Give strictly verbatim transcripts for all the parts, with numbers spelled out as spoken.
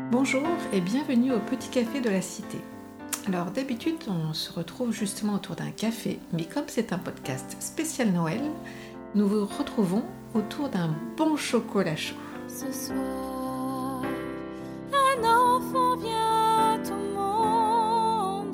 Bonjour et bienvenue au Petit Café de la Cité. Alors d'habitude on se retrouve justement autour d'un café, mais comme c'est un podcast spécial Noël, nous vous retrouvons autour d'un bon chocolat chaud. Ce soir, un enfant vient au monde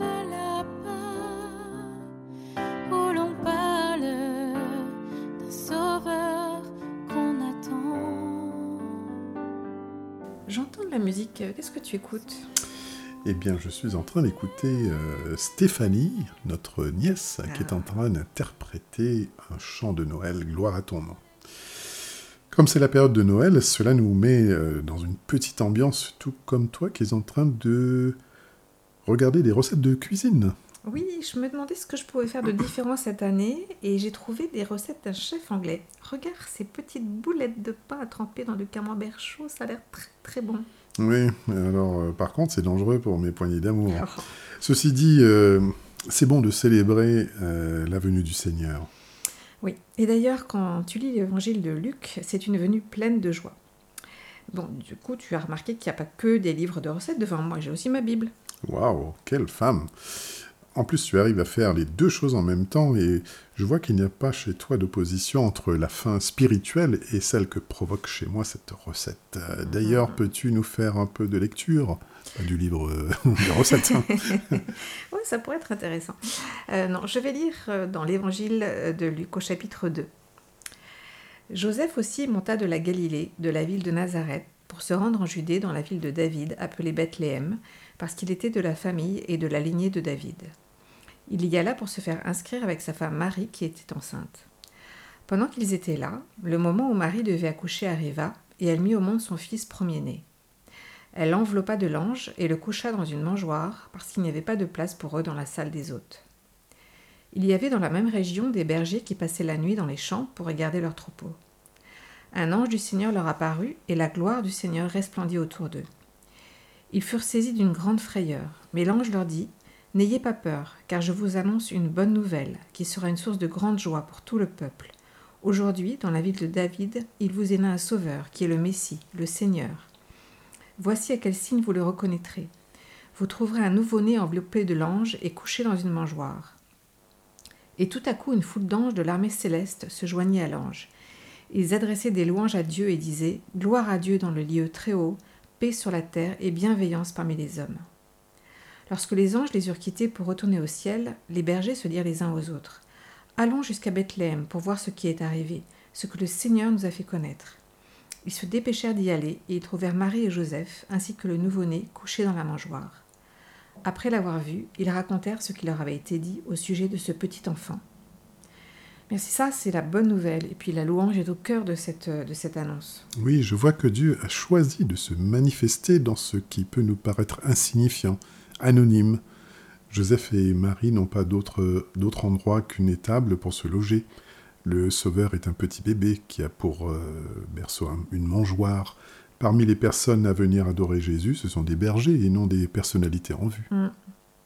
là-bas, où l'on parle d'un sauveur qu'on attend. J'entends de la musique, qu'est-ce que tu écoutes ? Eh bien, je suis en train d'écouter euh, Stéphanie, notre nièce, Ah. qui est en train d'interpréter un chant de Noël, Gloire à ton nom. Comme c'est la période de Noël, cela nous met euh, dans une petite ambiance, tout comme toi qui es en train de regarder des recettes de cuisine. Oui, je me demandais ce que je pouvais faire de différent cette année et j'ai trouvé des recettes d'un chef anglais. Regarde ces petites boulettes de pain à tremper dans du camembert chaud, ça a l'air très très bon. Oui, alors euh, par contre, c'est dangereux pour mes poignées d'amour. Oh. Ceci dit, euh, c'est bon de célébrer euh, la venue du Seigneur. Oui, et d'ailleurs, quand tu lis l'évangile de Luc, c'est une venue pleine de joie. Bon, du coup, tu as remarqué qu'il n'y a pas que des livres de recettes devant moi, j'ai aussi ma Bible. Waouh, quelle femme! En plus, tu arrives à faire les deux choses en même temps et je vois qu'il n'y a pas chez toi d'opposition entre la faim spirituelle et celle que provoque chez moi cette recette. Euh, D'ailleurs, Mhm. peux-tu nous faire un peu de lecture? Pas du livre euh, de recettes. Hein. Oui, ça pourrait être intéressant. Euh, non, je vais lire euh, dans l'évangile de Luc au chapitre deux. Joseph aussi monta de la Galilée, de la ville de Nazareth, pour se rendre en Judée dans la ville de David, appelée Bethléem, parce qu'il était de la famille et de la lignée de David. Il y alla pour se faire inscrire avec sa femme Marie qui était enceinte. Pendant qu'ils étaient là, le moment où Marie devait accoucher arriva, et elle mit au monde son fils premier-né. Elle l'enveloppa de lange et le coucha dans une mangeoire, parce qu'il n'y avait pas de place pour eux dans la salle des hôtes. Il y avait dans la même région des bergers qui passaient la nuit dans les champs pour regarder leurs troupeaux. Un ange du Seigneur leur apparut, et la gloire du Seigneur resplendit autour d'eux. Ils furent saisis d'une grande frayeur, mais l'ange leur dit « N'ayez pas peur, car je vous annonce une bonne nouvelle, qui sera une source de grande joie pour tout le peuple. Aujourd'hui, dans la ville de David, il vous est né un sauveur, qui est le Messie, le Seigneur. Voici à quel signe vous le reconnaîtrez. Vous trouverez un nouveau-né enveloppé de lange et couché dans une mangeoire. » Et tout à coup, une foule d'anges de l'armée céleste se joignit à l'ange. Ils adressaient des louanges à Dieu et disaient « Gloire à Dieu dans le lieu très haut, paix sur la terre et bienveillance parmi les hommes. » Lorsque les anges les eurent quittés pour retourner au ciel, les bergers se dirent les uns aux autres « Allons jusqu'à Bethléem pour voir ce qui est arrivé, ce que le Seigneur nous a fait connaître. » Ils se dépêchèrent d'y aller et y trouvèrent Marie et Joseph, ainsi que le nouveau-né couché dans la mangeoire. Après l'avoir vu, ils racontèrent ce qui leur avait été dit au sujet de ce petit enfant. Merci, ça c'est la bonne nouvelle, et puis la louange est au cœur de cette, de cette annonce. Oui, je vois que Dieu a choisi de se manifester dans ce qui peut nous paraître insignifiant, anonyme. Joseph et Marie n'ont pas d'autre, d'autre endroit qu'une étable pour se loger. Le Sauveur est un petit bébé qui a pour euh, berceau une mangeoire. Parmi les personnes à venir adorer Jésus, ce sont des bergers et non des personnalités en vue. Mm.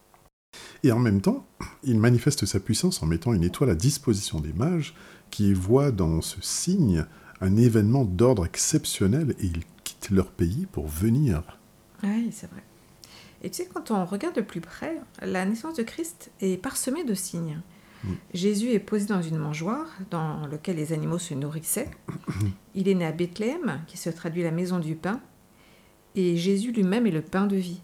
Et en même temps, il manifeste sa puissance en mettant une étoile à disposition des mages qui voient dans ce signe un événement d'ordre exceptionnel et ils quittent leur pays pour venir. Oui, c'est vrai. Et tu sais, quand on regarde de plus près, la naissance de Christ est parsemée de signes. Mm. Jésus est posé dans une mangeoire dans laquelle les animaux se nourrissaient. Il est né à Bethléem, qui se traduit la maison du pain. Et Jésus lui-même est le pain de vie.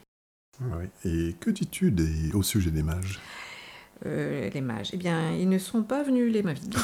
Ah oui. Et que dis-tu des... au sujet des mages ? euh, Les mages, eh bien, ils ne sont pas venus les mains vides.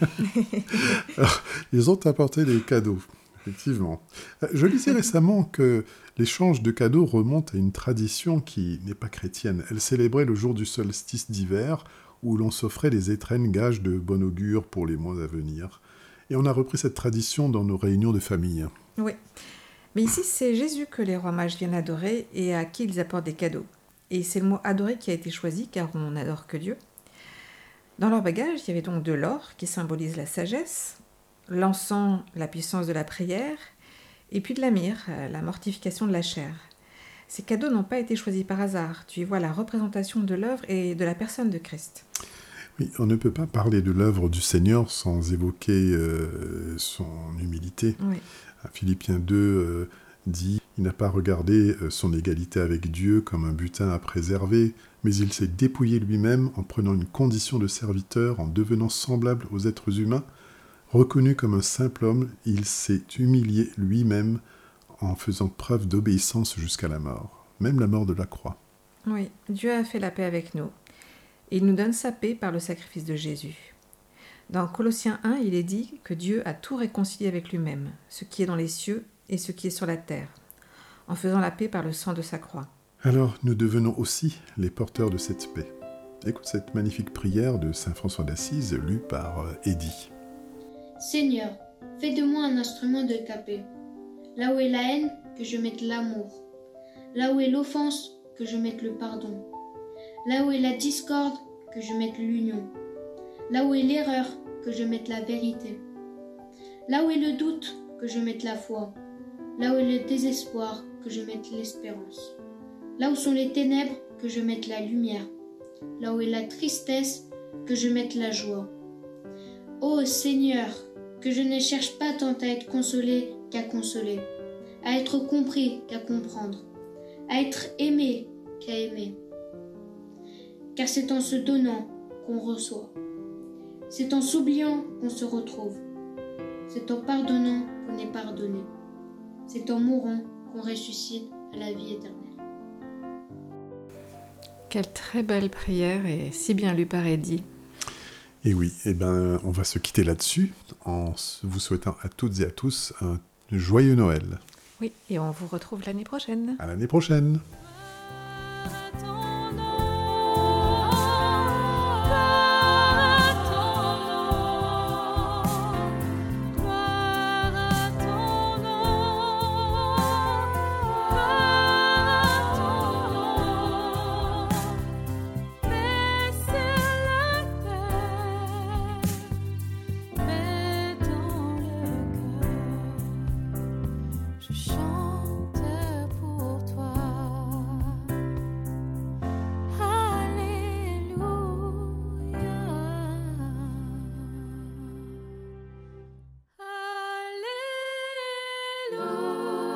Alors, ils ont apporté des cadeaux, effectivement. Je lisais récemment que l'échange de cadeaux remonte à une tradition qui n'est pas chrétienne. Elle célébrait le jour du solstice d'hiver, où l'on s'offrait des étrennes gages de bon augure pour les mois à venir. Et on a repris cette tradition dans nos réunions de famille. Oui. Mais ici, c'est Jésus que les rois mages viennent adorer et à qui ils apportent des cadeaux. Et c'est le mot « adorer » qui a été choisi, car on n'adore que Dieu. Dans leur bagage, il y avait donc de l'or, qui symbolise la sagesse, l'encens, la puissance de la prière, et puis de la myrrhe, la mortification de la chair. Ces cadeaux n'ont pas été choisis par hasard. Tu y vois la représentation de l'œuvre et de la personne de Christ. Oui, on ne peut pas parler de l'œuvre du Seigneur sans évoquer euh, son humilité. Oui. Philippiens deux euh, dit Il n'a pas regardé son égalité avec Dieu comme un butin à préserver, mais il s'est dépouillé lui-même en prenant une condition de serviteur, en devenant semblable aux êtres humains. Reconnu comme un simple homme, il s'est humilié lui-même en faisant preuve d'obéissance jusqu'à la mort, même la mort de la croix. Oui, Dieu a fait la paix avec nous. Il nous donne sa paix par le sacrifice de Jésus. Dans Colossiens un, il est dit que Dieu a tout réconcilié avec lui-même, ce qui est dans les cieux et ce qui est sur la terre, en faisant la paix par le sang de sa croix. Alors nous devenons aussi les porteurs de cette paix. Écoute cette magnifique prière de saint François d'Assise, lue par Eddy. Seigneur, fais de moi un instrument de ta paix. Là où est la haine, que je mette l'amour. Là où est l'offense, que je mette le pardon. Là où est la discorde, que je mette l'union. Là où est l'erreur, que je mette la vérité. Là où est le doute, que je mette la foi. Là où est le désespoir, que je mette l'espérance. Là où sont les ténèbres, que je mette la lumière. Là où est la tristesse, que je mette la joie. Ô Seigneur, que je ne cherche pas tant à être consolé qu'à consoler, à être compris qu'à comprendre, à être aimé qu'à aimer. Car c'est en se donnant qu'on reçoit. C'est en s'oubliant qu'on se retrouve. C'est en pardonnant qu'on est pardonné. C'est en mourant qu'on ressuscite à la vie éternelle. Quelle très belle prière et si bien lue par Eddy. Et oui, eh ben, on va se quitter là-dessus en vous souhaitant à toutes et à tous un joyeux Noël. Oui, et on vous retrouve l'année prochaine. À l'année prochaine. Alléluia.